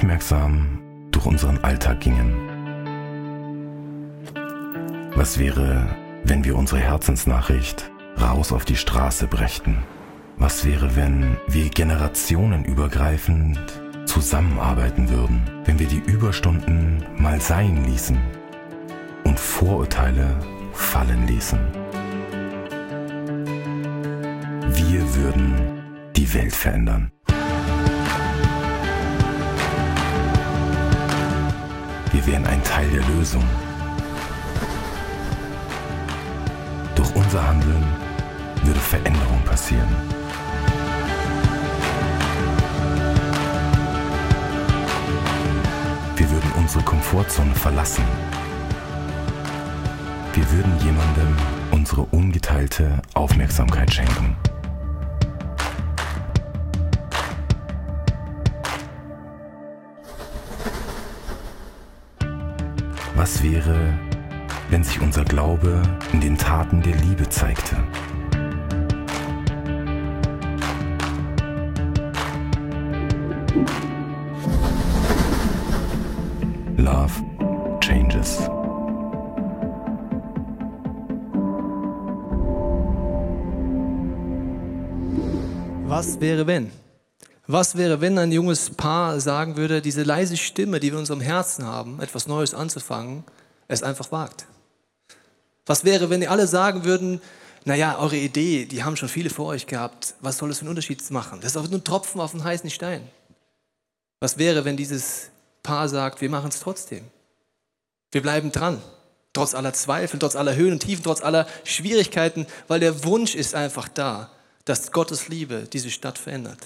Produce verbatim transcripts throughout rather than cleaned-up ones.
aufmerksam durch unseren Alltag gingen? Was wäre, wenn wir unsere Herzensnachricht raus auf die Straße brächten? Was wäre, wenn wir generationenübergreifend zusammenarbeiten würden? Wenn wir die Überstunden mal sein ließen und Vorurteile fallen ließen? Wir würden die Welt verändern. Wir wären ein Teil der Lösung. Durch unser Handeln würde Veränderung passieren. Wir würden unsere Komfortzone verlassen. Wir würden jemandem unsere ungeteilte Aufmerksamkeit schenken. Was wäre, wenn sich unser Glaube in den Taten der Liebe zeigte? Love changes. Was wäre, wenn? Was wäre, wenn ein junges Paar sagen würde, diese leise Stimme, die wir in unserem Herzen haben, etwas Neues anzufangen, es einfach wagt? Was wäre, wenn ihr alle sagen würden, naja, eure Idee, die haben schon viele vor euch gehabt, was soll das für einen Unterschied machen? Das ist auch nur ein Tropfen auf einen heißen Stein. Was wäre, wenn dieses Paar sagt, wir machen es trotzdem? Wir bleiben dran, trotz aller Zweifel, trotz aller Höhen und Tiefen, trotz aller Schwierigkeiten, weil der Wunsch ist einfach da, dass Gottes Liebe diese Stadt verändert.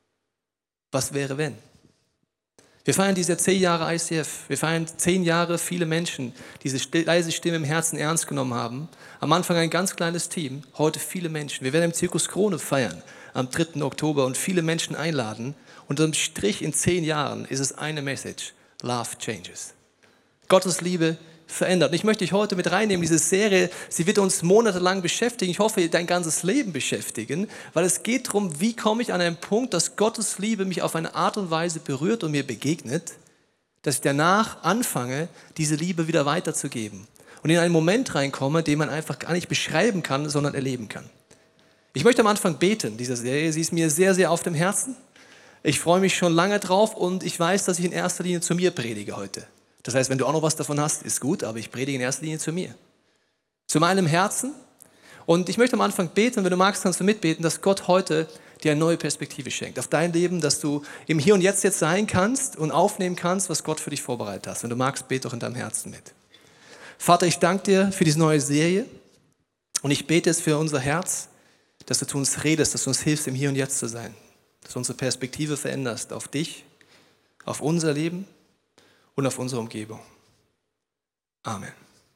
Was wäre, wenn? Wir feiern diese zehn Jahre I C F. Wir feiern zehn Jahre viele Menschen, die diese leise Stimme im Herzen ernst genommen haben. Am Anfang ein ganz kleines Team, heute viele Menschen. Wir werden im Zirkus Krone feiern am dritten Oktober und viele Menschen einladen. Und unterm Strich in zehn Jahren ist es eine Message: Love changes. Gottes Liebe verändert. Und ich möchte dich heute mit reinnehmen, diese Serie, sie wird uns monatelang beschäftigen. Ich hoffe, dein ganzes Leben beschäftigen, weil es geht darum, wie komme ich an einen Punkt, dass Gottes Liebe mich auf eine Art und Weise berührt und mir begegnet, dass ich danach anfange, diese Liebe wieder weiterzugeben und in einen Moment reinkomme, den man einfach gar nicht beschreiben kann, sondern erleben kann. Ich möchte am Anfang beten, diese Serie, sie ist mir sehr, sehr auf dem Herzen. Ich freue mich schon lange drauf und ich weiß, dass ich in erster Linie zu mir predige heute. Das heißt, wenn du auch noch was davon hast, ist gut, aber ich predige in erster Linie zu mir. Zu meinem Herzen. Und ich möchte am Anfang beten, und wenn du magst, kannst du mitbeten, dass Gott heute dir eine neue Perspektive schenkt auf dein Leben, dass du im Hier und Jetzt jetzt sein kannst und aufnehmen kannst, was Gott für dich vorbereitet hat. Wenn du magst, bete doch in deinem Herzen mit. Vater, ich danke dir für diese neue Serie und ich bete es für unser Herz, dass du zu uns redest, dass du uns hilfst, im Hier und Jetzt zu sein. Dass du unsere Perspektive veränderst auf dich, auf unser Leben und auf unsere Umgebung. Amen.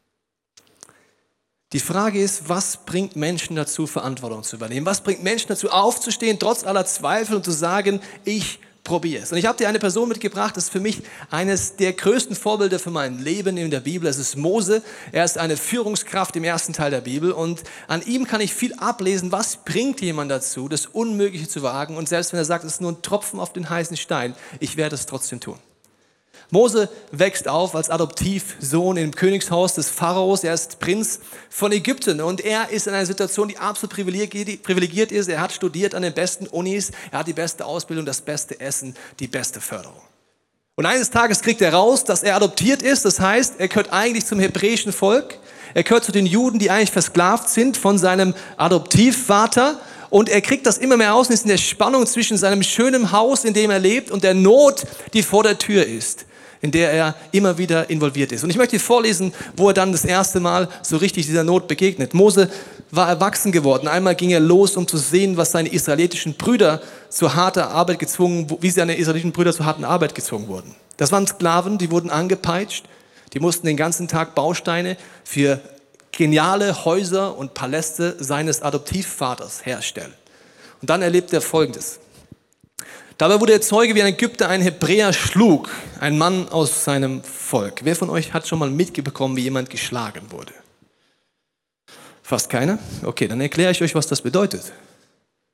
Die Frage ist, was bringt Menschen dazu, Verantwortung zu übernehmen? Was bringt Menschen dazu, aufzustehen, trotz aller Zweifel und zu sagen, ich probiere es? Und ich habe dir eine Person mitgebracht, das ist für mich eines der größten Vorbilder für mein Leben in der Bibel. Es ist Mose. Er ist eine Führungskraft im ersten Teil der Bibel und an ihm kann ich viel ablesen, was bringt jemand dazu, das Unmögliche zu wagen. Und selbst wenn er sagt, es ist nur ein Tropfen auf den heißen Stein, ich werde es trotzdem tun. Mose wächst auf als Adoptivsohn im Königshaus des Pharaos. Er ist Prinz von Ägypten und er ist in einer Situation, die absolut privilegiert ist. Er hat studiert an den besten Unis, er hat die beste Ausbildung, das beste Essen, die beste Förderung. Und eines Tages kriegt er raus, dass er adoptiert ist. Das heißt, er gehört eigentlich zum hebräischen Volk. Er gehört zu den Juden, die eigentlich versklavt sind von seinem Adoptivvater. Und er kriegt das immer mehr aus und ist in der Spannung zwischen seinem schönen Haus, in dem er lebt, und der Not, die vor der Tür ist, in der er immer wieder involviert ist. Und ich möchte dir vorlesen, wo er dann das erste Mal so richtig dieser Not begegnet. Mose war erwachsen geworden. Einmal ging er los, um zu sehen, was seine israelitischen Brüder zu harter Arbeit gezwungen, wie seine israelitischen Brüder zu harten Arbeit gezwungen wurden. Das waren Sklaven, die wurden angepeitscht. Die mussten den ganzen Tag Bausteine für geniale Häuser und Paläste seines Adoptivvaters herstellen. Und dann erlebt er Folgendes. Dabei wurde er Zeuge, wie ein Ägypter einen Hebräer schlug, ein Mann aus seinem Volk. Wer von euch hat schon mal mitbekommen, wie jemand geschlagen wurde? Fast keiner? Okay, dann erkläre ich euch, was das bedeutet.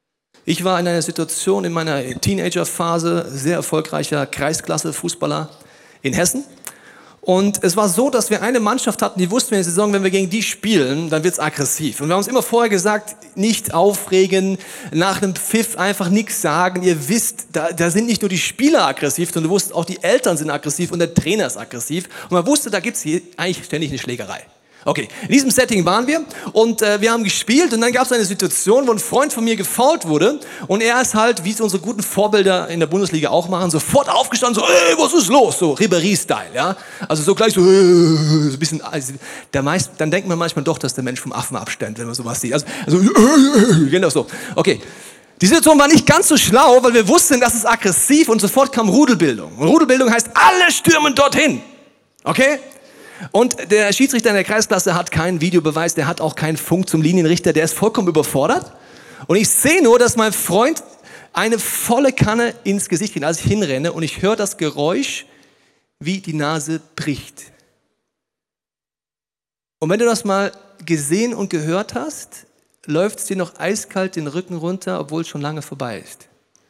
Ich war in einer Situation in meiner Teenagerphase, sehr erfolgreicher Kreisklasse-Fußballer in Hessen. Und es war so, dass wir eine Mannschaft hatten, die wussten, in der Saison, wenn wir gegen die spielen, dann wird's aggressiv. Und wir haben uns immer vorher gesagt, nicht aufregen, nach einem Pfiff einfach nichts sagen. Ihr wisst, da, da sind nicht nur die Spieler aggressiv, sondern du wusstest, auch die Eltern sind aggressiv und der Trainer ist aggressiv. Und man wusste, da gibt's hier eigentlich ständig eine Schlägerei. Okay, in diesem Setting waren wir und äh, wir haben gespielt und dann gab es eine Situation, wo ein Freund von mir gefoult wurde und er ist halt, wie es unsere guten Vorbilder in der Bundesliga auch machen, sofort aufgestanden, so, ey, was ist los? So Ribéry-Style, ja. Also so gleich so, äh, so ein bisschen, also, der meist, dann denkt man manchmal doch, dass der Mensch vom Affen abstammt, wenn man sowas sieht. Also, also äh, genau so. Okay. Die Situation war nicht ganz so schlau, weil wir wussten, das ist aggressiv und sofort kam Rudelbildung. Und Rudelbildung heißt, alle stürmen dorthin. Okay? Und der Schiedsrichter in der Kreisklasse hat keinen Videobeweis, der hat auch keinen Funk zum Linienrichter, der ist vollkommen überfordert. Und ich sehe nur, dass mein Freund eine volle Kanne ins Gesicht kriegt, als ich hinrenne und ich höre das Geräusch, wie die Nase bricht. Und wenn du das mal gesehen und gehört hast, läuft es dir noch eiskalt den Rücken runter, obwohl es schon lange vorbei ist.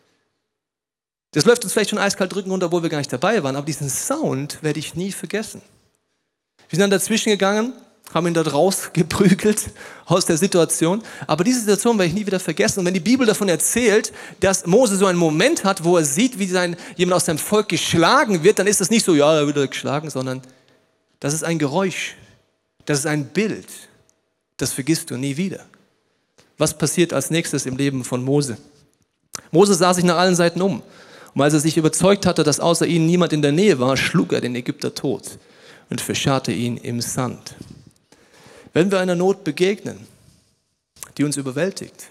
Das läuft uns vielleicht schon eiskalt den Rücken runter, obwohl wir gar nicht dabei waren, aber diesen Sound werde ich nie vergessen. Wir sind dann dazwischen gegangen, haben ihn dort rausgeprügelt aus der Situation. Aber diese Situation werde ich nie wieder vergessen. Und wenn die Bibel davon erzählt, dass Mose so einen Moment hat, wo er sieht, wie sein, jemand aus seinem Volk geschlagen wird, dann ist das nicht so, ja, er wird geschlagen, sondern das ist ein Geräusch, das ist ein Bild, das vergisst du nie wieder. Was passiert als nächstes im Leben von Mose? Mose sah sich nach allen Seiten um. Und als er sich überzeugt hatte, dass außer ihnen niemand in der Nähe war, schlug er den Ägypter tot und verscharrte ihn im Sand. Wenn wir einer Not begegnen, die uns überwältigt,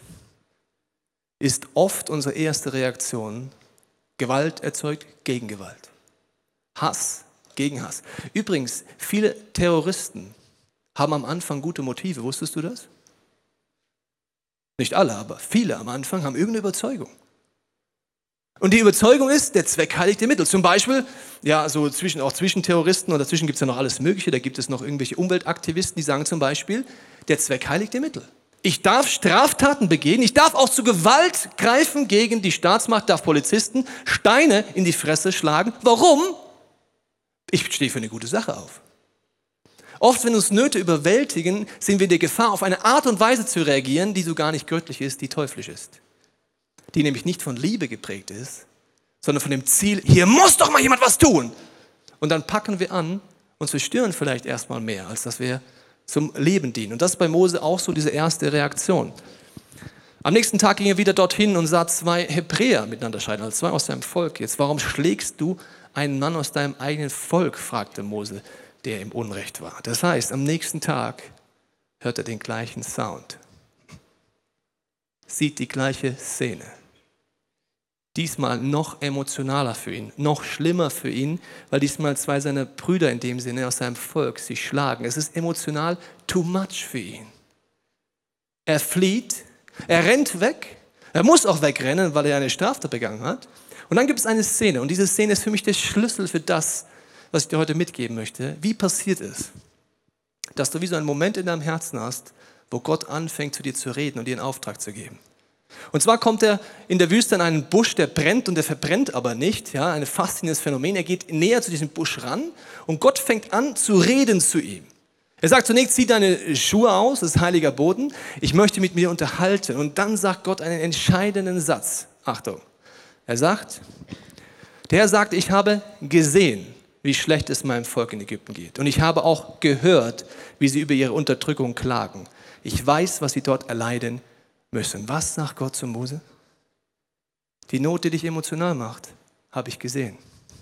ist oft unsere erste Reaktion, Gewalt erzeugt Gegengewalt. Hass gegen Hass. Übrigens, viele Terroristen haben am Anfang gute Motive, wusstest du das? Nicht alle, aber viele am Anfang haben irgendeine Überzeugung. Und die Überzeugung ist, der Zweck heiligt die Mittel. Zum Beispiel, ja, so zwischen, auch zwischen Terroristen und dazwischen gibt es ja noch alles Mögliche. Da gibt es noch irgendwelche Umweltaktivisten, die sagen zum Beispiel, der Zweck heiligt die Mittel. Ich darf Straftaten begehen, ich darf auch zu Gewalt greifen gegen die Staatsmacht, darf Polizisten Steine in die Fresse schlagen. Warum? Ich stehe für eine gute Sache auf. Oft, wenn uns Nöte überwältigen, sind wir in der Gefahr, auf eine Art und Weise zu reagieren, die so gar nicht göttlich ist, die teuflisch ist. Die nämlich nicht von Liebe geprägt ist, sondern von dem Ziel, hier muss doch mal jemand was tun. Und dann packen wir an und zerstören vielleicht erstmal mehr, als dass wir zum Leben dienen. Und das ist bei Mose auch so diese erste Reaktion. Am nächsten Tag ging er wieder dorthin und sah zwei Hebräer miteinander scheiden, also zwei aus seinem Volk. Jetzt, warum schlägst du einen Mann aus deinem eigenen Volk, fragte Mose, der im Unrecht war. Das heißt, am nächsten Tag hört er den gleichen Sound, sieht die gleiche Szene. Diesmal noch emotionaler für ihn, noch schlimmer für ihn, weil diesmal zwei seiner Brüder in dem Sinne aus seinem Volk sich schlagen. Es ist emotional too much für ihn. Er flieht, er rennt weg, er muss auch wegrennen, weil er eine Straftat begangen hat. Und dann gibt es eine Szene und diese Szene ist für mich der Schlüssel für das, was ich dir heute mitgeben möchte. Wie passiert es, dass du wie so einen Moment in deinem Herzen hast, wo Gott anfängt zu dir zu reden und dir einen Auftrag zu geben? Und zwar kommt er in der Wüste an einen Busch, der brennt und der verbrennt aber nicht. Ja, ein faszinierendes Phänomen. Er geht näher zu diesem Busch ran und Gott fängt an zu reden zu ihm. Er sagt zunächst, zieh deine Schuhe aus, das ist heiliger Boden. Ich möchte mit mir unterhalten. Und dann sagt Gott einen entscheidenden Satz. Achtung. Er sagt, der Herr sagt, ich habe gesehen, wie schlecht es meinem Volk in Ägypten geht. Und ich habe auch gehört, wie sie über ihre Unterdrückung klagen. Ich weiß, was sie dort erleiden müssen. Was sagt Gott zu Mose? Die Not, die dich emotional macht, habe ich gesehen.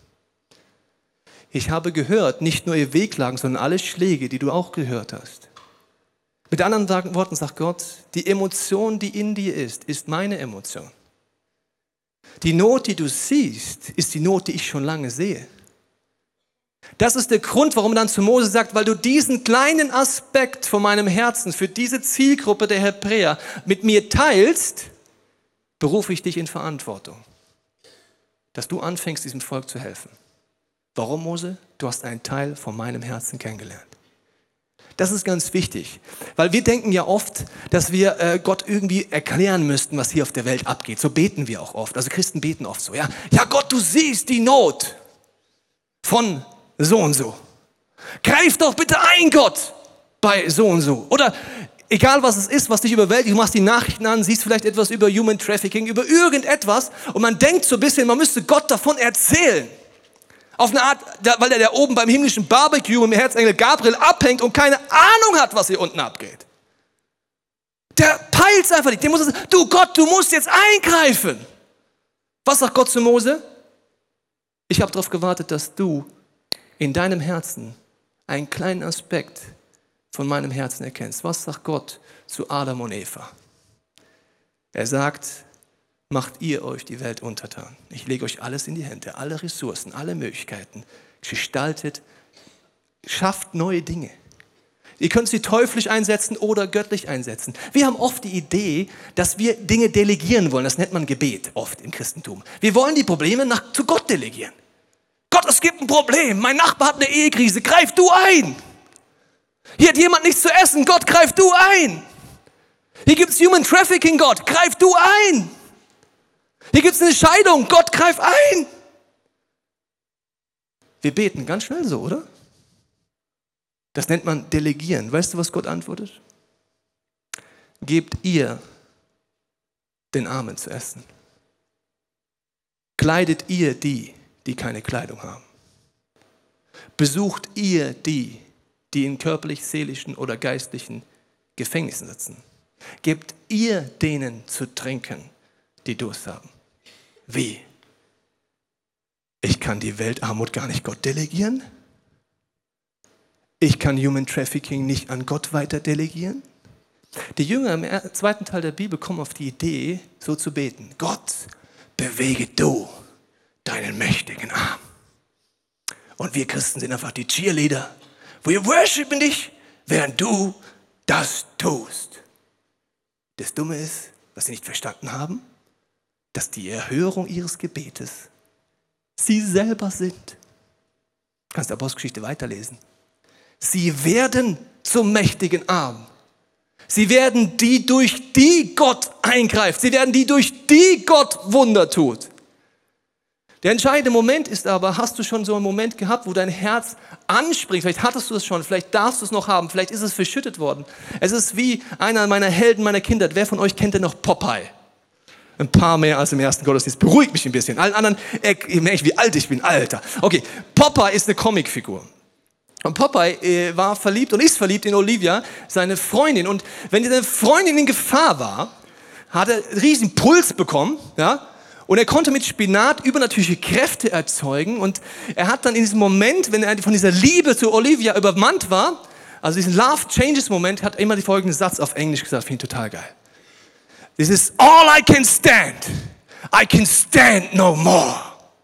Ich habe gehört, nicht nur ihr Wehklagen, sondern alle Schläge, die du auch gehört hast. Mit anderen Worten sagt Gott, die Emotion, die in dir ist, ist meine Emotion. Die Not, die du siehst, ist die Not, die ich schon lange sehe. Das ist der Grund, warum er dann zu Mose sagt, weil du diesen kleinen Aspekt von meinem Herzen für diese Zielgruppe der Hebräer mit mir teilst, berufe ich dich in Verantwortung, dass du anfängst, diesem Volk zu helfen. Warum, Mose? Du hast einen Teil von meinem Herzen kennengelernt. Das ist ganz wichtig, weil wir denken ja oft, dass wir äh, Gott irgendwie erklären müssten, was hier auf der Welt abgeht. So beten wir auch oft. Also Christen beten oft so, ja, ja Gott, du siehst die Not von so und so. Greif doch bitte ein, Gott, bei so und so. Oder egal was es ist, was dich überwältigt, du machst die Nachrichten an, siehst vielleicht etwas über Human Trafficking, über irgendetwas und man denkt so ein bisschen, man müsste Gott davon erzählen. Auf eine Art, weil er da oben beim himmlischen Barbecue im Erzengel Gabriel abhängt und keine Ahnung hat, was hier unten abgeht. Der peilt's einfach nicht. Der muss sagen, du Gott, du musst jetzt eingreifen. Was sagt Gott zu Mose? Ich habe darauf gewartet, dass du in deinem Herzen einen kleinen Aspekt von meinem Herzen erkennst. Was sagt Gott zu Adam und Eva? Er sagt, macht ihr euch die Welt untertan. Ich lege euch alles in die Hände, alle Ressourcen, alle Möglichkeiten. Gestaltet, schafft neue Dinge. Ihr könnt sie teuflisch einsetzen oder göttlich einsetzen. Wir haben oft die Idee, dass wir Dinge delegieren wollen. Das nennt man Gebet oft im Christentum. Wir wollen die Probleme nach, zu Gott delegieren. Gott, es gibt ein Problem. Mein Nachbar hat eine Ehekrise. Greif du ein. Hier hat jemand nichts zu essen. Gott, greif du ein. Hier gibt es Human Trafficking. Gott, greif du ein. Hier gibt es eine Scheidung. Gott, greif ein. Wir beten ganz schnell so, oder? Das nennt man Delegieren. Weißt du, was Gott antwortet? Gebt ihr den Armen zu essen. Kleidet ihr die, die keine Kleidung haben. Besucht ihr die, die in körperlich, seelischen oder geistlichen Gefängnissen sitzen. Gebt ihr denen zu trinken, die Durst haben. Wie? Ich kann die Weltarmut gar nicht Gott delegieren? Ich kann Human Trafficking nicht an Gott weiter delegieren? Die Jünger im zweiten Teil der Bibel kommen auf die Idee, so zu beten. Gott, bewege du deinen mächtigen Arm. Und wir Christen sind einfach die Cheerleader. Wir worshipen dich, während du das tust. Das Dumme ist, was sie nicht verstanden haben, dass die Erhörung ihres Gebetes sie selber sind. Du kannst die Apostelgeschichte weiterlesen. Sie werden zum mächtigen Arm. Sie werden die, durch die Gott eingreift. Sie werden die, durch die Gott Wunder tut. Der entscheidende Moment ist aber, hast du schon so einen Moment gehabt, wo dein Herz anspringt? Vielleicht hattest du es schon, vielleicht darfst du es noch haben, vielleicht ist es verschüttet worden. Es ist wie einer meiner Helden, meiner Kinder. Wer von euch kennt denn noch Popeye? Ein paar mehr als im ersten Gottesdienst. Beruhigt mich ein bisschen. Allen anderen, ich merke, wie alt ich bin. Alter. Okay, Popeye ist eine Comicfigur. Und Popeye äh, war verliebt und ist verliebt in Olivia, seine Freundin. Und wenn seine Freundin in Gefahr war, hat er einen riesen Puls bekommen, ja. Und er konnte mit Spinat übernatürliche Kräfte erzeugen. Und er hat dann in diesem Moment, wenn er von dieser Liebe zu Olivia übermannt war, also diesen Love Changes Moment, hat er immer den folgenden Satz auf Englisch gesagt, finde ich total geil. This is all I can stand. I can stand no more.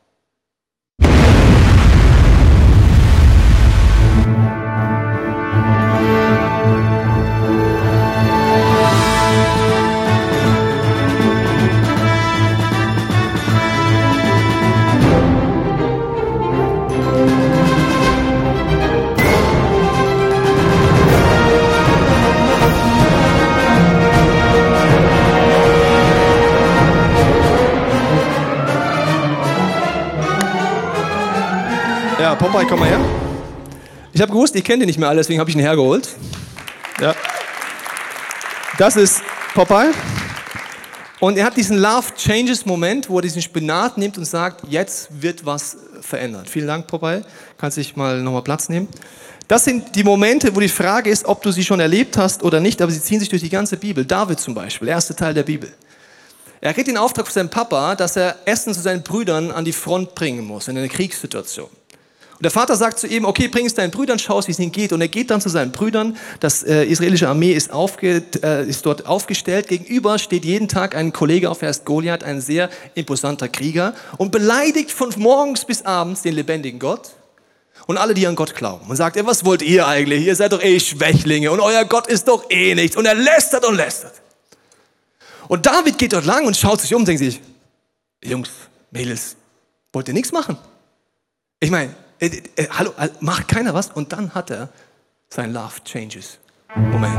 Ja, Popeye, komm mal her. Ich habe gewusst, ihr kennt ihn nicht mehr alle, deswegen habe ich ihn hergeholt. Ja. Das ist Popeye. Und er hat diesen Love Changes Moment, wo er diesen Spinat nimmt und sagt, jetzt wird was verändert. Vielen Dank, Popeye. Kannst dich mal nochmal Platz nehmen. Das sind die Momente, wo die Frage ist, ob du sie schon erlebt hast oder nicht, aber sie ziehen sich durch die ganze Bibel. David zum Beispiel, erster Teil der Bibel. Er kriegt den Auftrag von seinem Papa, dass er Essen zu seinen Brüdern an die Front bringen muss, in einer Kriegssituation. Und der Vater sagt zu ihm, okay, bring es deinen Brüdern, schau, wie es ihnen geht. Und er geht dann zu seinen Brüdern, das äh, israelische Armee ist, aufge, äh, ist dort aufgestellt. Gegenüber steht jeden Tag ein Kollege auf, er heißt Goliath, ein sehr imposanter Krieger und beleidigt von morgens bis abends den lebendigen Gott und alle, die an Gott glauben. Und sagt, was wollt ihr eigentlich? Ihr seid doch eh Schwächlinge und euer Gott ist doch eh nichts. Und er lästert und lästert. Und David geht dort lang und schaut sich um und denkt sich, Jungs, Mädels, wollt ihr nichts machen? Ich meine, Äh, äh, hallo, äh, macht keiner was? Und dann hat er Sein Love Changes Moment.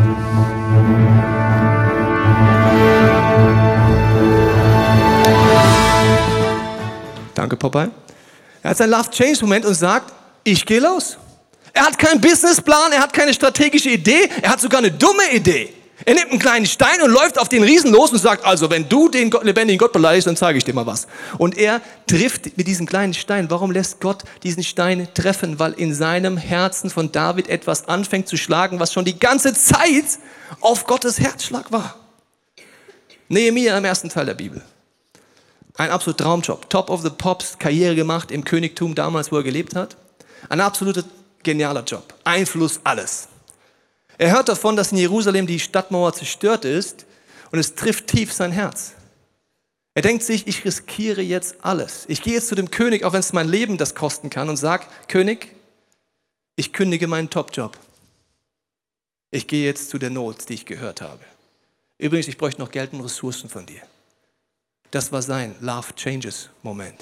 Danke, Popeye. Er hat seinen Love Changes Moment und sagt, ich gehe los. Er hat keinen Businessplan, er hat keine strategische Idee, er hat sogar eine dumme Idee. Er nimmt einen kleinen Stein und läuft auf den Riesen los und sagt, also wenn du den Gott, lebendigen Gott beleidigst, dann zeige ich dir mal was. Und er trifft mit diesem kleinen Stein. Warum lässt Gott diesen Stein treffen? Weil in seinem Herzen von David etwas anfängt zu schlagen, was schon die ganze Zeit auf Gottes Herzschlag war. Nehemia im ersten Teil der Bibel. Ein absoluter Traumjob. Top of the Pops, Karriere gemacht im Königtum damals, wo er gelebt hat. Ein absoluter genialer Job. Einfluss, alles. Er hört davon, dass in Jerusalem die Stadtmauer zerstört ist und es trifft tief sein Herz. Er denkt sich, ich riskiere jetzt alles. Ich gehe jetzt zu dem König, auch wenn es mein Leben das kosten kann und sage, König, ich kündige meinen Top-Job. Ich gehe jetzt zu der Not, die ich gehört habe. Übrigens, ich bräuchte noch Geld und Ressourcen von dir. Das war sein Love Changes Moment.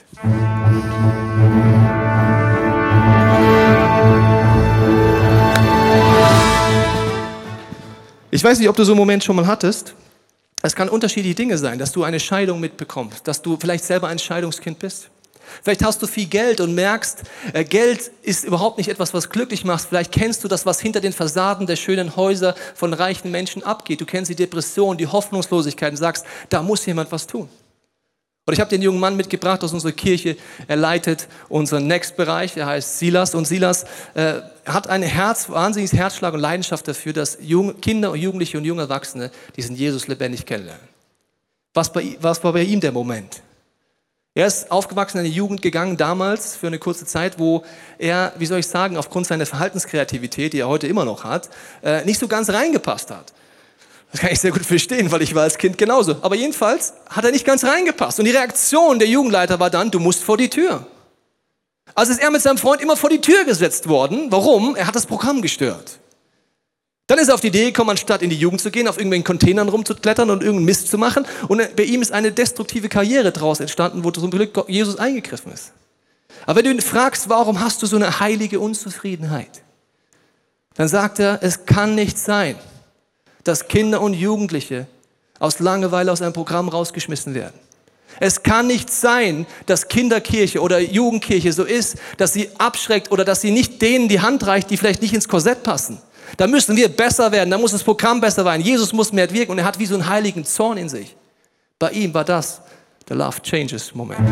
Ich weiß nicht, ob du so einen Moment schon mal hattest. Es kann unterschiedliche Dinge sein, dass du eine Scheidung mitbekommst, dass du vielleicht selber ein Scheidungskind bist. Vielleicht hast du viel Geld und merkst, äh, Geld ist überhaupt nicht etwas, was glücklich macht. Vielleicht kennst du das, was hinter den Fassaden der schönen Häuser von reichen Menschen abgeht. Du kennst die Depression, die Hoffnungslosigkeit und sagst, da muss jemand was tun. Und ich habe den jungen Mann mitgebracht aus unserer Kirche. Er leitet unseren Next-Bereich. Er heißt Silas. Und Silas äh, hat ein Herz, wahnsinniges Herzschlag und Leidenschaft dafür, dass junge, Kinder und Jugendliche und junge Erwachsene diesen Jesus lebendig kennenlernen. Was, bei, was war bei ihm der Moment? Er ist aufgewachsen in eine Jugend gegangen, damals für eine kurze Zeit, wo er, wie soll ich sagen, aufgrund seiner Verhaltenskreativität, die er heute immer noch hat, äh, nicht so ganz reingepasst hat. Das kann ich sehr gut verstehen, weil ich war als Kind genauso. Aber jedenfalls hat er nicht ganz reingepasst. Und die Reaktion der Jugendleiter war dann, du musst vor die Tür. Also ist er mit seinem Freund immer vor die Tür gesetzt worden. Warum? Er hat das Programm gestört. Dann ist er auf die Idee gekommen, anstatt in die Jugend zu gehen, auf irgendwelchen Containern rumzuklettern und irgendeinen Mist zu machen. Und bei ihm ist eine destruktive Karriere daraus entstanden, wo zum Glück Jesus eingegriffen ist. Aber wenn du ihn fragst, warum hast du so eine heilige Unzufriedenheit? Dann sagt er, es kann nicht sein, dass Kinder und Jugendliche aus Langeweile aus einem Programm rausgeschmissen werden. Es kann nicht sein, dass Kinderkirche oder Jugendkirche so ist, dass sie abschreckt oder dass sie nicht denen die Hand reicht, die vielleicht nicht ins Korsett passen. Da müssen wir besser werden, da muss das Programm besser werden. Jesus muss mehr wirken und er hat wie so einen heiligen Zorn in sich. Bei ihm war das der Love Changes Moment.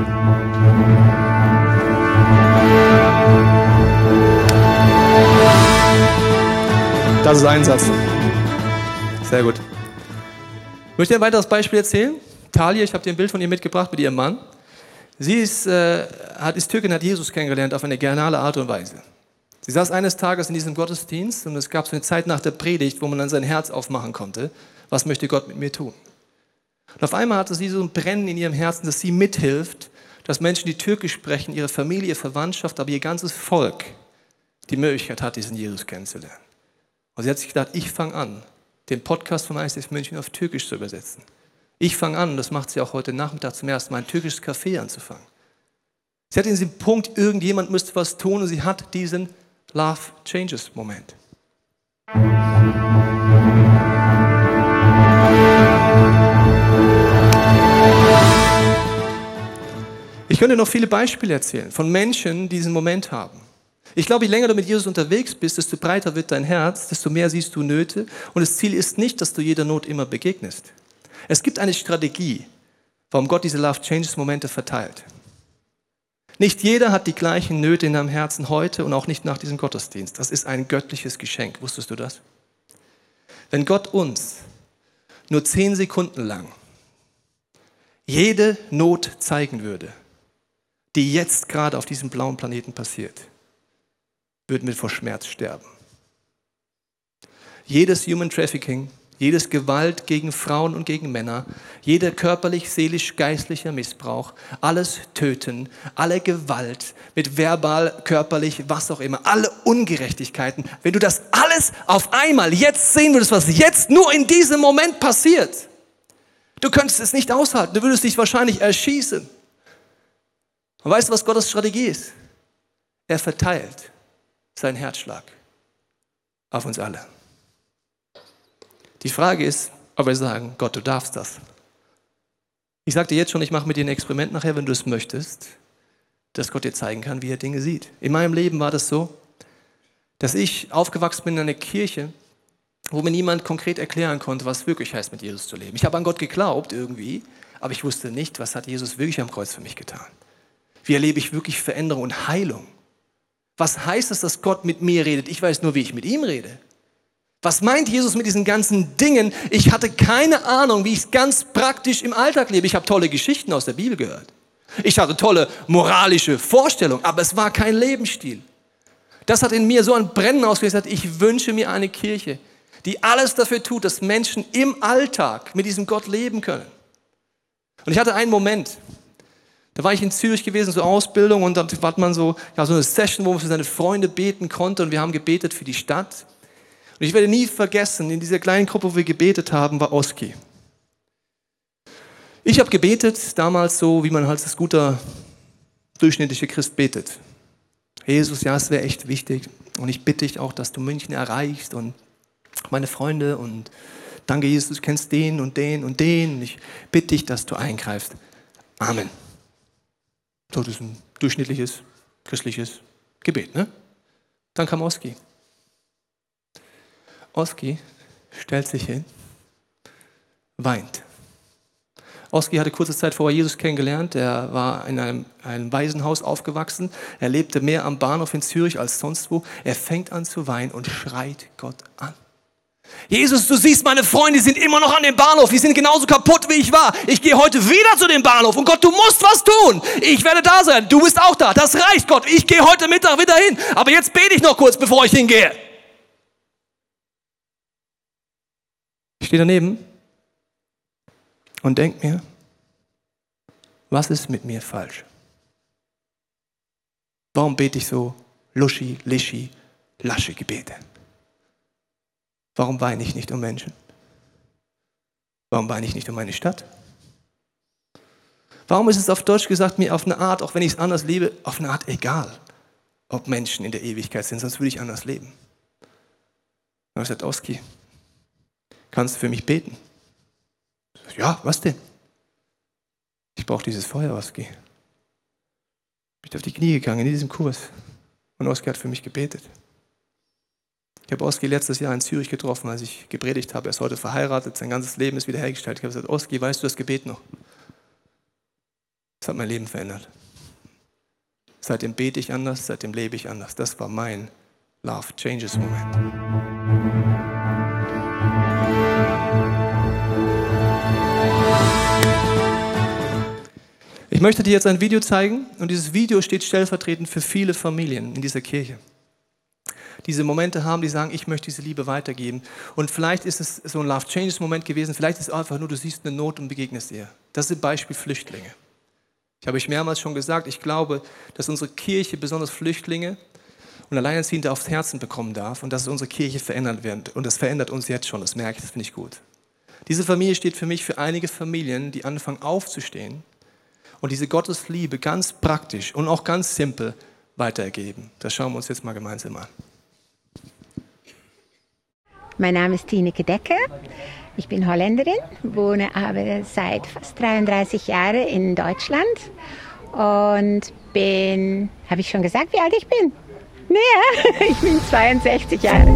Das ist ein Satz. Sehr gut. Ich möchte dir ein weiteres Beispiel erzählen. Talia, ich habe dir ein Bild von ihr mitgebracht mit ihrem Mann. Sie ist, äh, hat, ist Türkin, hat Jesus kennengelernt auf eine geniale Art und Weise. Sie saß eines Tages in diesem Gottesdienst und es gab so eine Zeit nach der Predigt, wo man dann sein Herz aufmachen konnte. Was möchte Gott mit mir tun? Und auf einmal hatte sie so ein Brennen in ihrem Herzen, dass sie mithilft, dass Menschen, die Türkisch sprechen, ihre Familie, ihre Verwandtschaft, aber ihr ganzes Volk die Möglichkeit hat, diesen Jesus kennenzulernen. Und sie hat sich gedacht, ich fange an, den Podcast von I C F München auf Türkisch zu übersetzen. Ich fange an, und das macht sie auch heute Nachmittag zum ersten Mal, ein türkisches Café anzufangen. Sie hat in diesem Punkt, irgendjemand müsste was tun und sie hat diesen Love Changes Moment. Ich könnte noch viele Beispiele erzählen von Menschen, die diesen Moment haben. Ich glaube, je länger du mit Jesus unterwegs bist, desto breiter wird dein Herz, desto mehr siehst du Nöte. Und das Ziel ist nicht, dass du jeder Not immer begegnest. Es gibt eine Strategie, warum Gott diese Love Changes Momente verteilt. Nicht jeder hat die gleichen Nöte in deinem Herzen heute und auch nicht nach diesem Gottesdienst. Das ist ein göttliches Geschenk. Wusstest du das? Wenn Gott uns nur zehn Sekunden lang jede Not zeigen würde, die jetzt gerade auf diesem blauen Planeten passiert, würden wir vor Schmerz sterben. Jedes Human Trafficking, jedes Gewalt gegen Frauen und gegen Männer, jeder körperlich, seelisch, geistlicher Missbrauch, alles Töten, alle Gewalt, mit verbal, körperlich, was auch immer, alle Ungerechtigkeiten, wenn du das alles auf einmal jetzt sehen würdest, was jetzt nur in diesem Moment passiert, du könntest es nicht aushalten, du würdest dich wahrscheinlich erschießen. Und weißt du, was Gottes Strategie ist? Er verteilt seinen Herzschlag auf uns alle. Die Frage ist, ob wir sagen, Gott, du darfst das. Ich sage dir jetzt schon, ich mache mit dir ein Experiment nachher, wenn du es möchtest, dass Gott dir zeigen kann, wie er Dinge sieht. In meinem Leben war das so, dass ich aufgewachsen bin in einer Kirche, wo mir niemand konkret erklären konnte, was wirklich heißt, mit Jesus zu leben. Ich habe an Gott geglaubt irgendwie, aber ich wusste nicht, was hat Jesus wirklich am Kreuz für mich getan. Wie erlebe ich wirklich Veränderung und Heilung? Was heißt es, dass Gott mit mir redet? Ich weiß nur, wie ich mit ihm rede. Was meint Jesus mit diesen ganzen Dingen? Ich hatte keine Ahnung, wie ich es ganz praktisch im Alltag lebe. Ich habe tolle Geschichten aus der Bibel gehört. Ich hatte tolle moralische Vorstellungen, aber es war kein Lebensstil. Das hat in mir so ein Brennen ausgelöst. Ich wünsche mir eine Kirche, die alles dafür tut, dass Menschen im Alltag mit diesem Gott leben können. Und ich hatte einen Moment, da war ich in Zürich gewesen, so Ausbildung, und dann hat man so, ja, so eine Session, wo man für seine Freunde beten konnte, und wir haben gebetet für die Stadt. Und ich werde nie vergessen, in dieser kleinen Gruppe, wo wir gebetet haben, war Oski. Ich habe gebetet, damals so, wie man halt als guter, durchschnittlicher Christ betet. Jesus, ja, es wäre echt wichtig, und ich bitte dich auch, dass du München erreichst und meine Freunde, und danke Jesus, du kennst den und den und den, und ich bitte dich, dass du eingreifst. Amen. So, das ist ein durchschnittliches, christliches Gebet, ne? Dann kam Oski. Oski stellt sich hin, weint. Oski hatte kurze Zeit vorher Jesus kennengelernt. Er war in einem, einem Waisenhaus aufgewachsen. Er lebte mehr am Bahnhof in Zürich als sonst wo. Er fängt an zu weinen und schreit Gott an. Jesus, du siehst, meine Freunde, die sind immer noch an dem Bahnhof. Die sind genauso kaputt, wie ich war. Ich gehe heute wieder zu dem Bahnhof. Und Gott, du musst was tun. Ich werde da sein. Du bist auch da. Das reicht, Gott. Ich gehe heute Mittag wieder hin. Aber jetzt bete ich noch kurz, bevor ich hingehe. Ich stehe daneben und denke mir, was ist mit mir falsch? Warum bete ich so luschi, lischi, lasche Gebete? Warum weine ich nicht um Menschen? Warum weine ich nicht um meine Stadt? Warum ist es auf Deutsch gesagt mir auf eine Art, auch wenn ich es anders lebe, auf eine Art egal, ob Menschen in der Ewigkeit sind, sonst würde ich anders leben. Dann habe ich gesagt, Oski, kannst du für mich beten? Ja, was denn? Ich brauche dieses Feuer, Oski. Ich bin auf die Knie gegangen in diesem Kurs, und Oski hat für mich gebetet. Ich habe Oski letztes Jahr in Zürich getroffen, als ich gepredigt habe. Er ist heute verheiratet, sein ganzes Leben ist wiederhergestellt. Ich habe gesagt, Oski, weißt du das Gebet noch? Das hat mein Leben verändert. Seitdem bete ich anders, seitdem lebe ich anders. Das war mein Love Changes Moment. Ich möchte dir jetzt ein Video zeigen, und dieses Video steht stellvertretend für viele Familien in dieser Kirche. Diese Momente haben, die sagen, ich möchte diese Liebe weitergeben. Und vielleicht ist es so ein Love-Changes-Moment gewesen, vielleicht ist es einfach nur, du siehst eine Not und begegnest ihr. Das ist ein Beispiel Flüchtlinge. Ich habe euch mehrmals schon gesagt, ich glaube, dass unsere Kirche besonders Flüchtlinge und Alleinerziehende aufs Herzen bekommen darf, und dass unsere Kirche verändert wird. Und das verändert uns jetzt schon, das merke ich, das finde ich gut. Diese Familie steht für mich für einige Familien, die anfangen aufzustehen und diese Gottesliebe ganz praktisch und auch ganz simpel weitergeben. Das schauen wir uns jetzt mal gemeinsam an. Mein Name ist Tineke Decker. Ich bin Holländerin, wohne aber seit fast dreiunddreißig Jahren in Deutschland und bin, habe ich schon gesagt, wie alt ich bin? Naja, ich bin zweiundsechzig Jahre.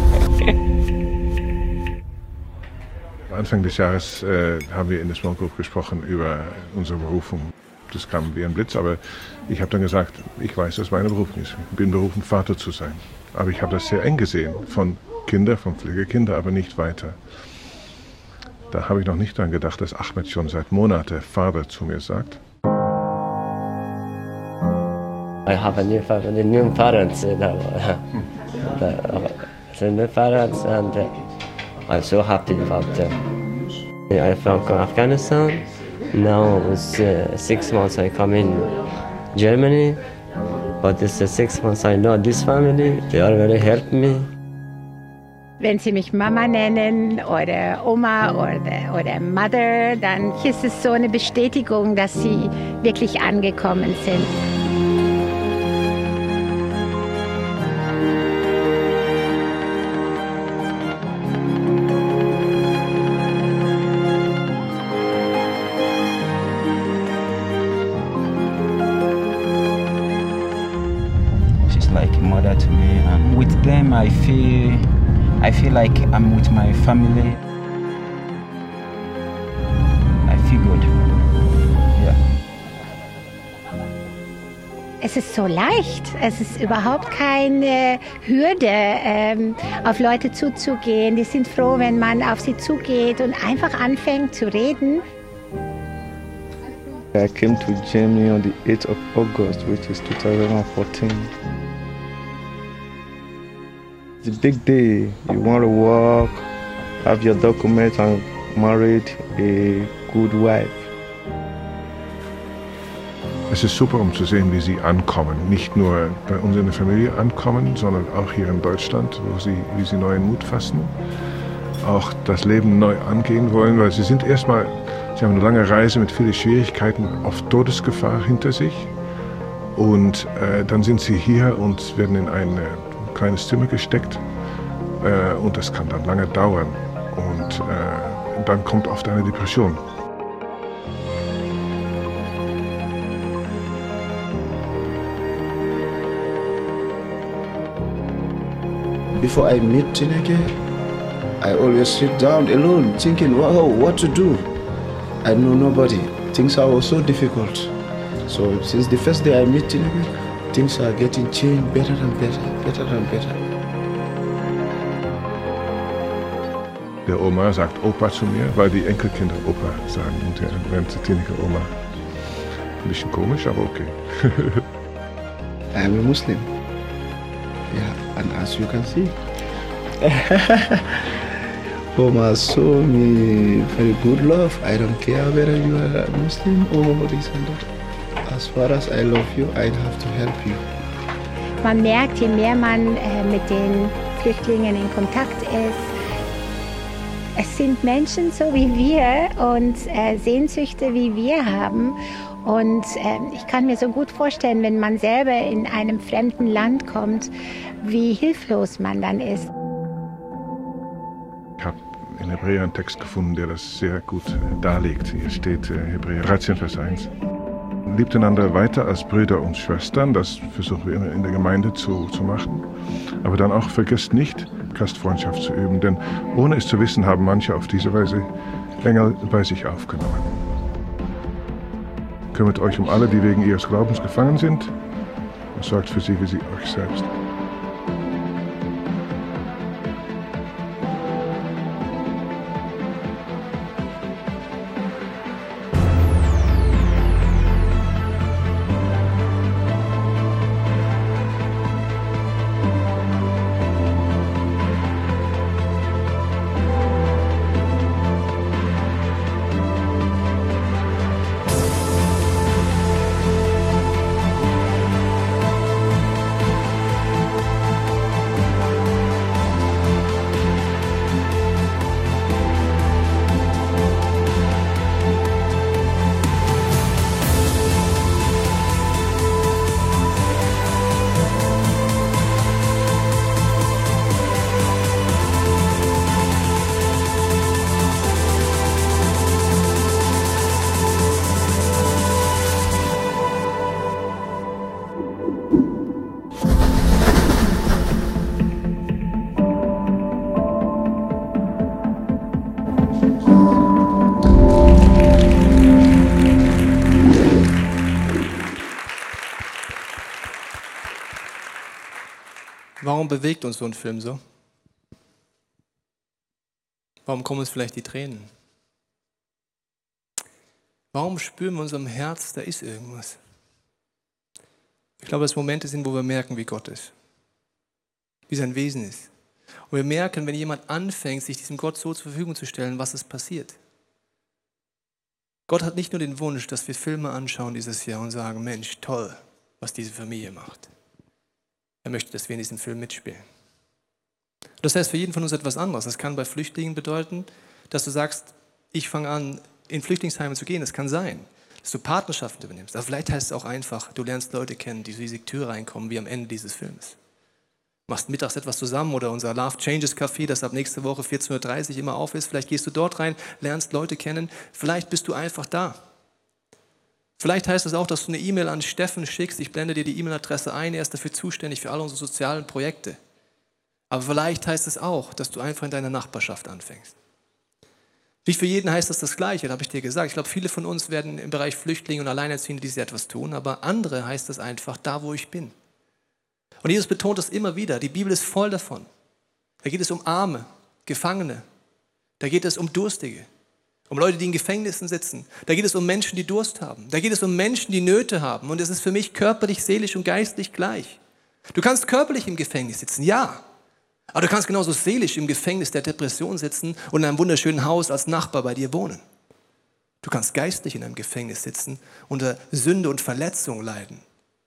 Anfang des Jahres äh, haben wir in der Small Group gesprochen über unsere Berufung. Das kam wie ein Blitz, aber ich habe dann gesagt, ich weiß, was meine Berufung ist. Ich bin berufen, Vater zu sein. Aber ich habe das sehr eng gesehen, von Kindern, von Pflegekinder, aber nicht weiter. Da habe ich noch nicht daran gedacht, dass Ahmed schon seit Monaten Vater zu mir sagt. I have a new family, new parents, you know, the new parents, and I'm so happy about them. I'm from Afghanistan. Now it's uh, six months I come in Germany, but it's uh, six months I know this family. They are very help me. Wenn Sie mich Mama nennen oder Oma oder, oder Mother, dann ist es so eine Bestätigung, dass Sie wirklich angekommen sind. feel like I'm with my family. I feel good. Yeah. Es ist so leicht. Es ist überhaupt keine Hürde, ähm, auf Leute zuzugehen. Die sind froh, wenn man auf sie zugeht und einfach anfängt zu reden. I came to Germany on the eighth of August, which is two thousand fourteen. It's a big day. You want to work, have your documents and married a good wife. Es ist super, um zu sehen, wie sie ankommen. Nicht nur bei uns in der Familie ankommen, sondern auch hier in Deutschland, wo sie, wie sie neuen Mut fassen, auch das Leben neu angehen wollen, weil sie sind erstmal, sie haben eine lange Reise mit vielen Schwierigkeiten, auf Todesgefahr hinter sich. Und äh, dann sind sie hier und werden in ein äh, kleines Zimmer gesteckt. Äh, und das kann dann lange dauern. Und äh, dann kommt oft eine Depression. Before I meet Tineke, I always sit down alone, thinking, wow, what to do? I know nobody. Things are so difficult. So since the first day I meet Tineke, things are getting changed better and better, better and better. Der Oma sagt Opa zu mir, weil die Enkelkinder Opa sagen und er nennt Tineke Oma. Ein bisschen komisch, aber okay. I'm a Muslim. Yeah, and as you can see, Oma show me very good love. I don't care whether you are a Muslim or this and that. As far as I love you, I have to help you. Man merkt, je mehr man äh, mit den Flüchtlingen in Kontakt ist, es sind Menschen so wie wir und äh, Sehnsüchte wie wir haben. Und äh, ich kann mir so gut vorstellen, wenn man selber in einem fremden Land kommt, wie hilflos man dann ist. Ich habe in Hebräer einen Text gefunden, der das sehr gut darlegt. Hier steht äh, Hebräer dreizehn, Vers eins. Liebt einander weiter als Brüder und Schwestern, das versuchen wir immer in der Gemeinde zu, zu machen. Aber dann auch vergesst nicht, Gastfreundschaft zu üben, denn ohne es zu wissen, haben manche auf diese Weise Engel bei sich aufgenommen. Kümmert euch um alle, die wegen ihres Glaubens gefangen sind, und sorgt für sie wie sie euch selbst. Warum bewegt uns so ein Film so? Warum kommen uns vielleicht die Tränen? Warum spüren wir in unserem Herz, da ist irgendwas? Ich glaube, dass Momente sind, wo wir merken, wie Gott ist, wie sein Wesen ist. Und wir merken, wenn jemand anfängt, sich diesem Gott so zur Verfügung zu stellen, was ist passiert. Gott hat nicht nur den Wunsch, dass wir Filme anschauen dieses Jahr und sagen, Mensch, toll, was diese Familie macht. Er möchte, dass wir in diesem Film mitspielen. Das heißt für jeden von uns etwas anderes. Das kann bei Flüchtlingen bedeuten, dass du sagst, ich fange an, in Flüchtlingsheime zu gehen. Das kann sein, dass du Partnerschaften übernimmst. Aber vielleicht heißt es auch einfach, du lernst Leute kennen, die durch diese Tür reinkommen, wie am Ende dieses Films. Machst mittags etwas zusammen oder unser Love Changes Café, das ab nächste Woche vierzehn Uhr dreißig immer auf ist. Vielleicht gehst du dort rein, lernst Leute kennen. Vielleicht bist du einfach da. Vielleicht heißt es auch, dass du eine E-Mail an Steffen schickst. Ich blende dir die E-Mail-Adresse ein. Er ist dafür zuständig für alle unsere sozialen Projekte. Aber vielleicht heißt es auch, dass du einfach in deiner Nachbarschaft anfängst. Nicht für jeden heißt das das Gleiche, das habe ich dir gesagt. Ich glaube, viele von uns werden im Bereich Flüchtlinge und Alleinerziehende diese etwas tun, aber andere heißt es einfach, da wo ich bin. Und Jesus betont das immer wieder, die Bibel ist voll davon. Da geht es um Arme, Gefangene, da geht es um Durstige, um Leute, die in Gefängnissen sitzen. Da geht es um Menschen, die Durst haben. Da geht es um Menschen, die Nöte haben. Und es ist für mich körperlich, seelisch und geistlich gleich. Du kannst körperlich im Gefängnis sitzen, ja. Aber du kannst genauso seelisch im Gefängnis der Depression sitzen und in einem wunderschönen Haus als Nachbar bei dir wohnen. Du kannst geistlich in einem Gefängnis sitzen, unter Sünde und Verletzung leiden.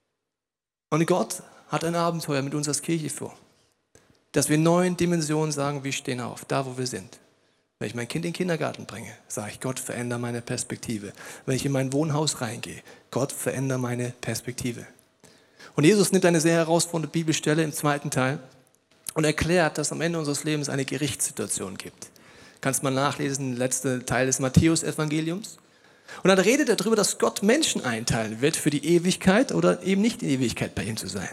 Und Gott hat ein Abenteuer mit uns als Kirche vor. Dass wir in neuen Dimensionen sagen, wir stehen auf, da wo wir sind. Wenn ich mein Kind in den Kindergarten bringe, sage ich, Gott, verändere meine Perspektive. Wenn ich in mein Wohnhaus reingehe, Gott, verändere meine Perspektive. Und Jesus nimmt eine sehr herausfordernde Bibelstelle im zweiten Teil und erklärt, dass am Ende unseres Lebens eine Gerichtssituation gibt. Kannst mal nachlesen, der letzte Teil des Matthäus-Evangeliums. Und dann redet er darüber, dass Gott Menschen einteilen wird für die Ewigkeit oder eben nicht in Ewigkeit bei ihm zu sein.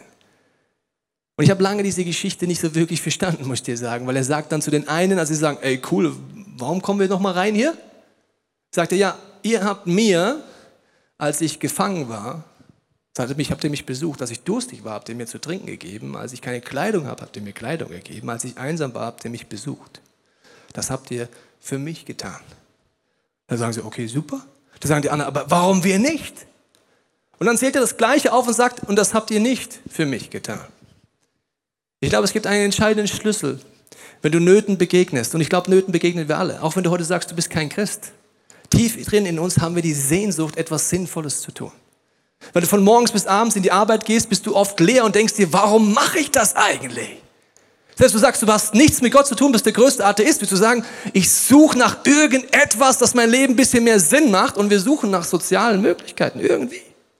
Und ich habe lange diese Geschichte nicht so wirklich verstanden, muss ich dir sagen, weil er sagt dann zu den einen, als sie sagen, ey cool, warum kommen wir noch mal rein hier? Sagt er, ja, ihr habt mir, als ich gefangen war, sagt mich, habt ihr mich besucht, als ich durstig war, habt ihr mir zu trinken gegeben, als ich keine Kleidung habe, habt ihr mir Kleidung gegeben, als ich einsam war, habt ihr mich besucht. Das habt ihr für mich getan. Dann sagen sie, okay, super. Dann sagen die anderen, aber warum wir nicht? Und dann zählt er das Gleiche auf und sagt, und das habt ihr nicht für mich getan. Ich glaube, es gibt einen entscheidenden Schlüssel, wenn du Nöten begegnest. Und ich glaube, Nöten begegnen wir alle. Auch wenn du heute sagst, du bist kein Christ. Tief drin in uns haben wir die Sehnsucht, etwas Sinnvolles zu tun. Wenn du von morgens bis abends in die Arbeit gehst, bist du oft leer und denkst dir, warum mache ich das eigentlich? Selbst du sagst, du hast nichts mit Gott zu tun, bist der größte Atheist, willst du sagen, ich suche nach irgendetwas, das mein Leben ein bisschen mehr Sinn macht und wir suchen nach sozialen Möglichkeiten irgendwie.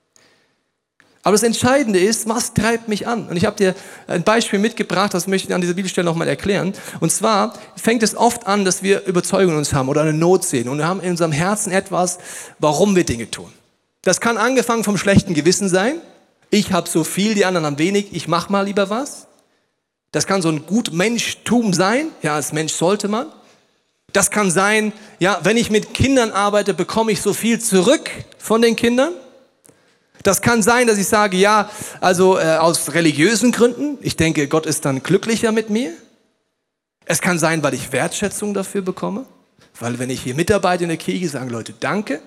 Aber das Entscheidende ist, was treibt mich an? Und ich habe dir ein Beispiel mitgebracht, das möchte ich an dieser Bibelstelle nochmal erklären. Und zwar fängt es oft an, dass wir Überzeugung in uns haben oder eine Not sehen. Und wir haben in unserem Herzen etwas, warum wir Dinge tun. Das kann angefangen vom schlechten Gewissen sein. Ich habe so viel, die anderen haben wenig, ich mache mal lieber was. Das kann so ein Gutmenschtum sein. Ja, als Mensch sollte man. Das kann sein, ja, wenn ich mit Kindern arbeite, bekomme ich so viel zurück von den Kindern. Das kann sein, dass ich sage, ja, also äh, aus religiösen Gründen. Ich denke, Gott ist dann glücklicher mit mir. Es kann sein, weil ich Wertschätzung dafür bekomme. Weil wenn ich hier mitarbeite in der Kirche, sagen Leute, danke.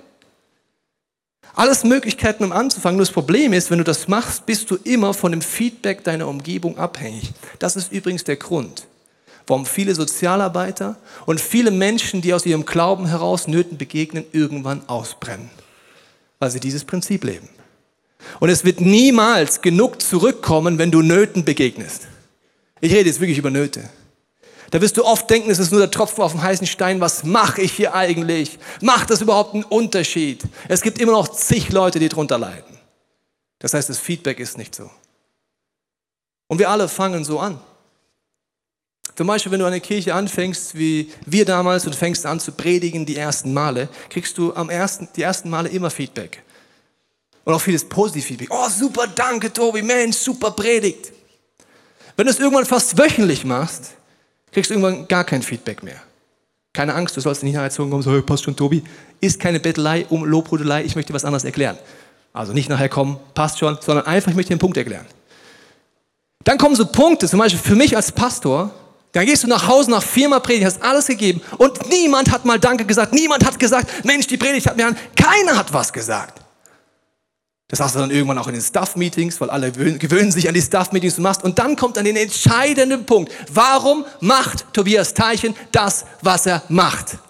Alles Möglichkeiten, um anzufangen. Nur das Problem ist, wenn du das machst, bist du immer von dem Feedback deiner Umgebung abhängig. Das ist übrigens der Grund, warum viele Sozialarbeiter und viele Menschen, die aus ihrem Glauben heraus Nöten begegnen, irgendwann ausbrennen. Weil sie dieses Prinzip leben. Und es wird niemals genug zurückkommen, wenn du Nöten begegnest. Ich rede jetzt wirklich über Nöte. Da wirst du oft denken, es ist nur der Tropfen auf dem heißen Stein. Was mache ich hier eigentlich? Macht das überhaupt einen Unterschied? Es gibt immer noch zig Leute, die drunter leiden. Das heißt, das Feedback ist nicht so. Und wir alle fangen so an. Zum Beispiel, wenn du eine Kirche anfängst, wie wir damals, und fängst an zu predigen die ersten Male, kriegst du am ersten, die ersten Male immer Feedback. Und auch vieles Positiv-Feedback. Oh, super, danke, Tobi, Mensch, super Predigt. Wenn du es irgendwann fast wöchentlich machst, kriegst du irgendwann gar kein Feedback mehr. Keine Angst, du sollst nicht nachher kommen und sagen, hey, passt schon, Tobi. Ist keine Bettelei um Lobhudelei, ich möchte was anderes erklären. Also nicht nachher kommen, passt schon, sondern einfach, ich möchte dir einen Punkt erklären. Dann kommen so Punkte, zum Beispiel für mich als Pastor, dann gehst du nach Hause nach viermal Predigt, hast alles gegeben und niemand hat mal Danke gesagt, niemand hat gesagt, Mensch, die Predigt hat mir an, keiner hat was gesagt. Das hast du dann irgendwann auch in den Staff-Meetings, weil alle gewöhnen sich an die Staff-Meetings, du machst. Und dann kommt dann den entscheidenden Punkt. Warum macht Tobias Teichen das, was er macht?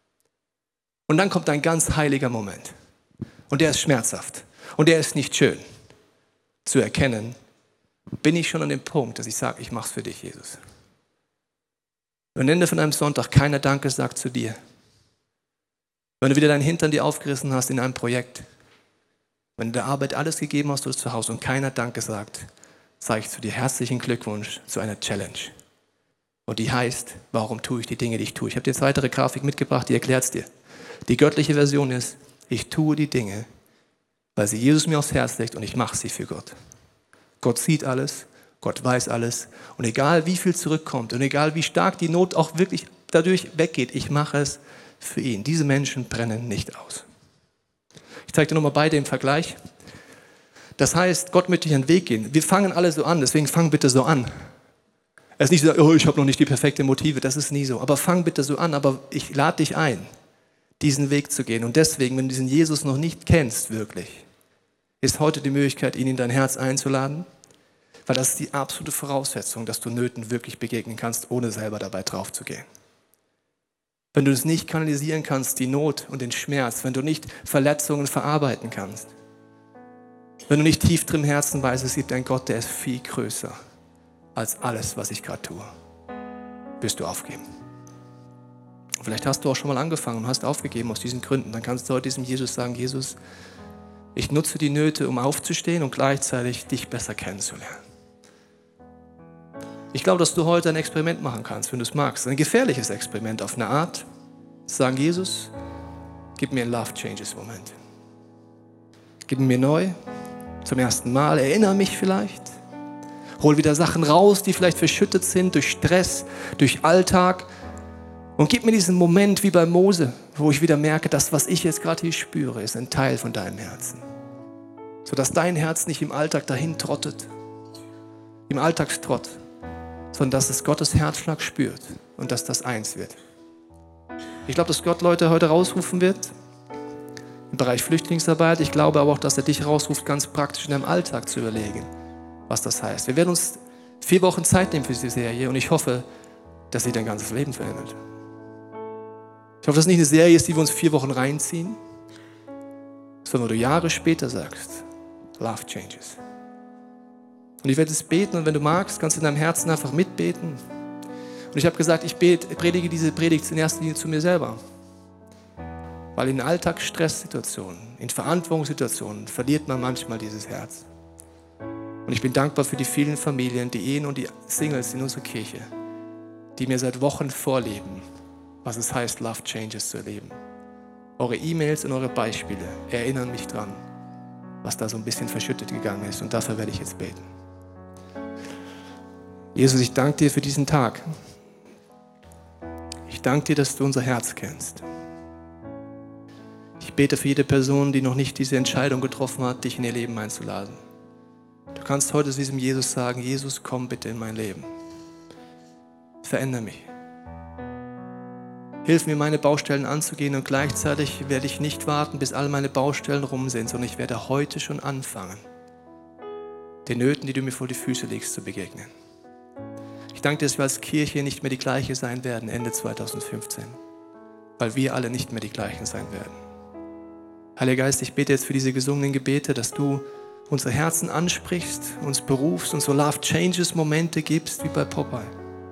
Und dann kommt ein ganz heiliger Moment. Und der ist schmerzhaft. Und der ist nicht schön. Zu erkennen, bin ich schon an dem Punkt, dass ich sage, ich mach's für dich, Jesus. Wenn am Ende von einem Sonntag keiner Danke sagt zu dir. Wenn du wieder deinen Hintern dir aufgerissen hast in einem Projekt. Wenn du der Arbeit alles gegeben hast, du bist zu Hause und keiner Danke sagt, sage ich zu dir herzlichen Glückwunsch zu einer Challenge. Und die heißt, warum tue ich die Dinge, die ich tue? Ich habe dir eine weitere Grafik mitgebracht, die erklärt es dir. Die göttliche Version ist, ich tue die Dinge, weil sie Jesus mir aufs Herz legt und ich mache sie für Gott. Gott sieht alles Gott weiß alles. Und egal wie viel zurückkommt und egal wie stark die Not auch wirklich dadurch weggeht, ich mache es für ihn. Diese Menschen brennen nicht aus. Ich zeige dir nochmal beide im Vergleich. Das heißt, Gott möchte dich einen Weg gehen. Wir fangen alle so an, deswegen fang bitte so an. Es ist nicht so, oh, ich habe noch nicht die perfekten Motive, das ist nie so. Aber fang bitte so an, aber ich lade dich ein, diesen Weg zu gehen. Und deswegen, wenn du diesen Jesus noch nicht kennst, wirklich, ist heute die Möglichkeit, ihn in dein Herz einzuladen, weil das ist die absolute Voraussetzung, dass du Nöten wirklich begegnen kannst, ohne selber dabei drauf zu gehen. Wenn du es nicht kanalisieren kannst, die Not und den Schmerz, wenn du nicht Verletzungen verarbeiten kannst, wenn du nicht tief drin im Herzen weißt, es gibt einen Gott, der ist viel größer als alles, was ich gerade tue, wirst du aufgeben. Vielleicht hast du auch schon mal angefangen und hast aufgegeben aus diesen Gründen. Dann kannst du heute diesem Jesus sagen, Jesus, ich nutze die Nöte, um aufzustehen und gleichzeitig dich besser kennenzulernen. Ich glaube, dass du heute ein Experiment machen kannst, wenn du es magst. Ein gefährliches Experiment auf eine Art. Sagen, Jesus, gib mir einen Love Changes Moment. Gib ihn mir neu, zum ersten Mal, erinnere mich vielleicht. Hol wieder Sachen raus, die vielleicht verschüttet sind durch Stress, durch Alltag. Und gib mir diesen Moment wie bei Mose, wo ich wieder merke, das, was ich jetzt gerade hier spüre, ist ein Teil von deinem Herzen. Sodass dein Herz nicht im Alltag dahin trottet, im Alltagstrott, sondern dass es Gottes Herzschlag spürt und dass das eins wird. Ich glaube, dass Gott Leute heute rausrufen wird im Bereich Flüchtlingsarbeit. Ich glaube aber auch, dass er dich rausruft, ganz praktisch in deinem Alltag zu überlegen, was das heißt. Wir werden uns vier Wochen Zeit nehmen für diese Serie und ich hoffe, dass sie dein ganzes Leben verändert. Ich hoffe, dass es nicht eine Serie ist, die wir uns vier Wochen reinziehen, sondern wo du Jahre später sagst, Love Changes. Und ich werde es beten und wenn du magst, kannst du in deinem Herzen einfach mitbeten. Und ich habe gesagt, ich bete, predige diese Predigt in erster Linie zu mir selber. Weil in Alltagsstresssituationen, in Verantwortungssituationen verliert man manchmal dieses Herz. Und ich bin dankbar für die vielen Familien, die Ehen und die Singles in unserer Kirche, die mir seit Wochen vorleben, was es heißt, Love Changes zu erleben. Eure E-Mails und eure Beispiele erinnern mich dran, was da so ein bisschen verschüttet gegangen ist. Und dafür werde ich jetzt beten. Jesus, ich danke dir für diesen Tag. Ich danke dir, dass du unser Herz kennst. Ich bete für jede Person, die noch nicht diese Entscheidung getroffen hat, dich in ihr Leben einzuladen. Du kannst heute zu diesem Jesus sagen, Jesus, komm bitte in mein Leben. Verändere mich. Hilf mir, meine Baustellen anzugehen und gleichzeitig werde ich nicht warten, bis all meine Baustellen rum sind, sondern ich werde heute schon anfangen, den Nöten, die du mir vor die Füße legst, zu begegnen. Ich danke dir, dass wir als Kirche nicht mehr die gleiche sein werden Ende zweitausendfünfzehn, weil wir alle nicht mehr die gleichen sein werden. Heiliger Geist, ich bete jetzt für diese gesungenen Gebete, dass du unsere Herzen ansprichst, uns berufst und so Love Changes Momente gibst, wie bei Popeye.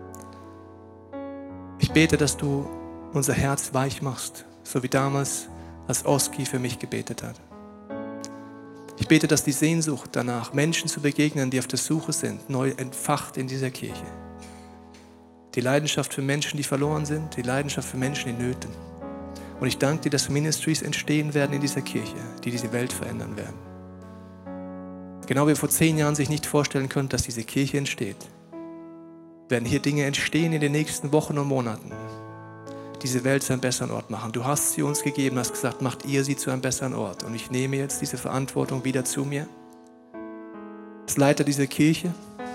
Ich bete, dass du unser Herz weich machst, so wie damals, als Oski für mich gebetet hat. Ich bete, dass die Sehnsucht danach, Menschen zu begegnen, die auf der Suche sind, neu entfacht in dieser Kirche. Die Leidenschaft für Menschen, die verloren sind, die Leidenschaft für Menschen in Nöten. Und ich danke dir, dass Ministries entstehen werden in dieser Kirche, die diese Welt verändern werden. Genau wie vor zehn Jahren sich nicht vorstellen konnten, dass diese Kirche entsteht, werden hier Dinge entstehen in den nächsten Wochen und Monaten, diese Welt zu einem besseren Ort machen. Du hast sie uns gegeben, hast gesagt, macht ihr sie zu einem besseren Ort. Und ich nehme jetzt diese Verantwortung wieder zu mir, als Leiter dieser Kirche,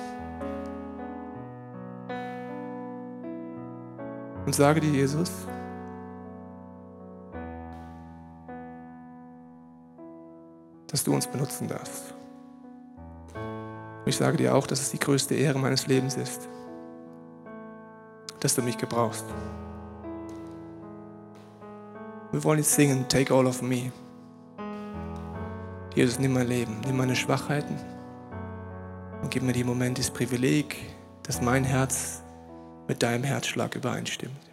und sage dir, Jesus, dass du uns benutzen darfst. Und ich sage dir auch, dass es die größte Ehre meines Lebens ist, dass du mich gebrauchst. Wir wollen jetzt singen, Take All of Me. Jesus, nimm mein Leben, nimm meine Schwachheiten und gib mir die Momente, das Privileg, dass mein Herz mit deinem Herzschlag übereinstimmt.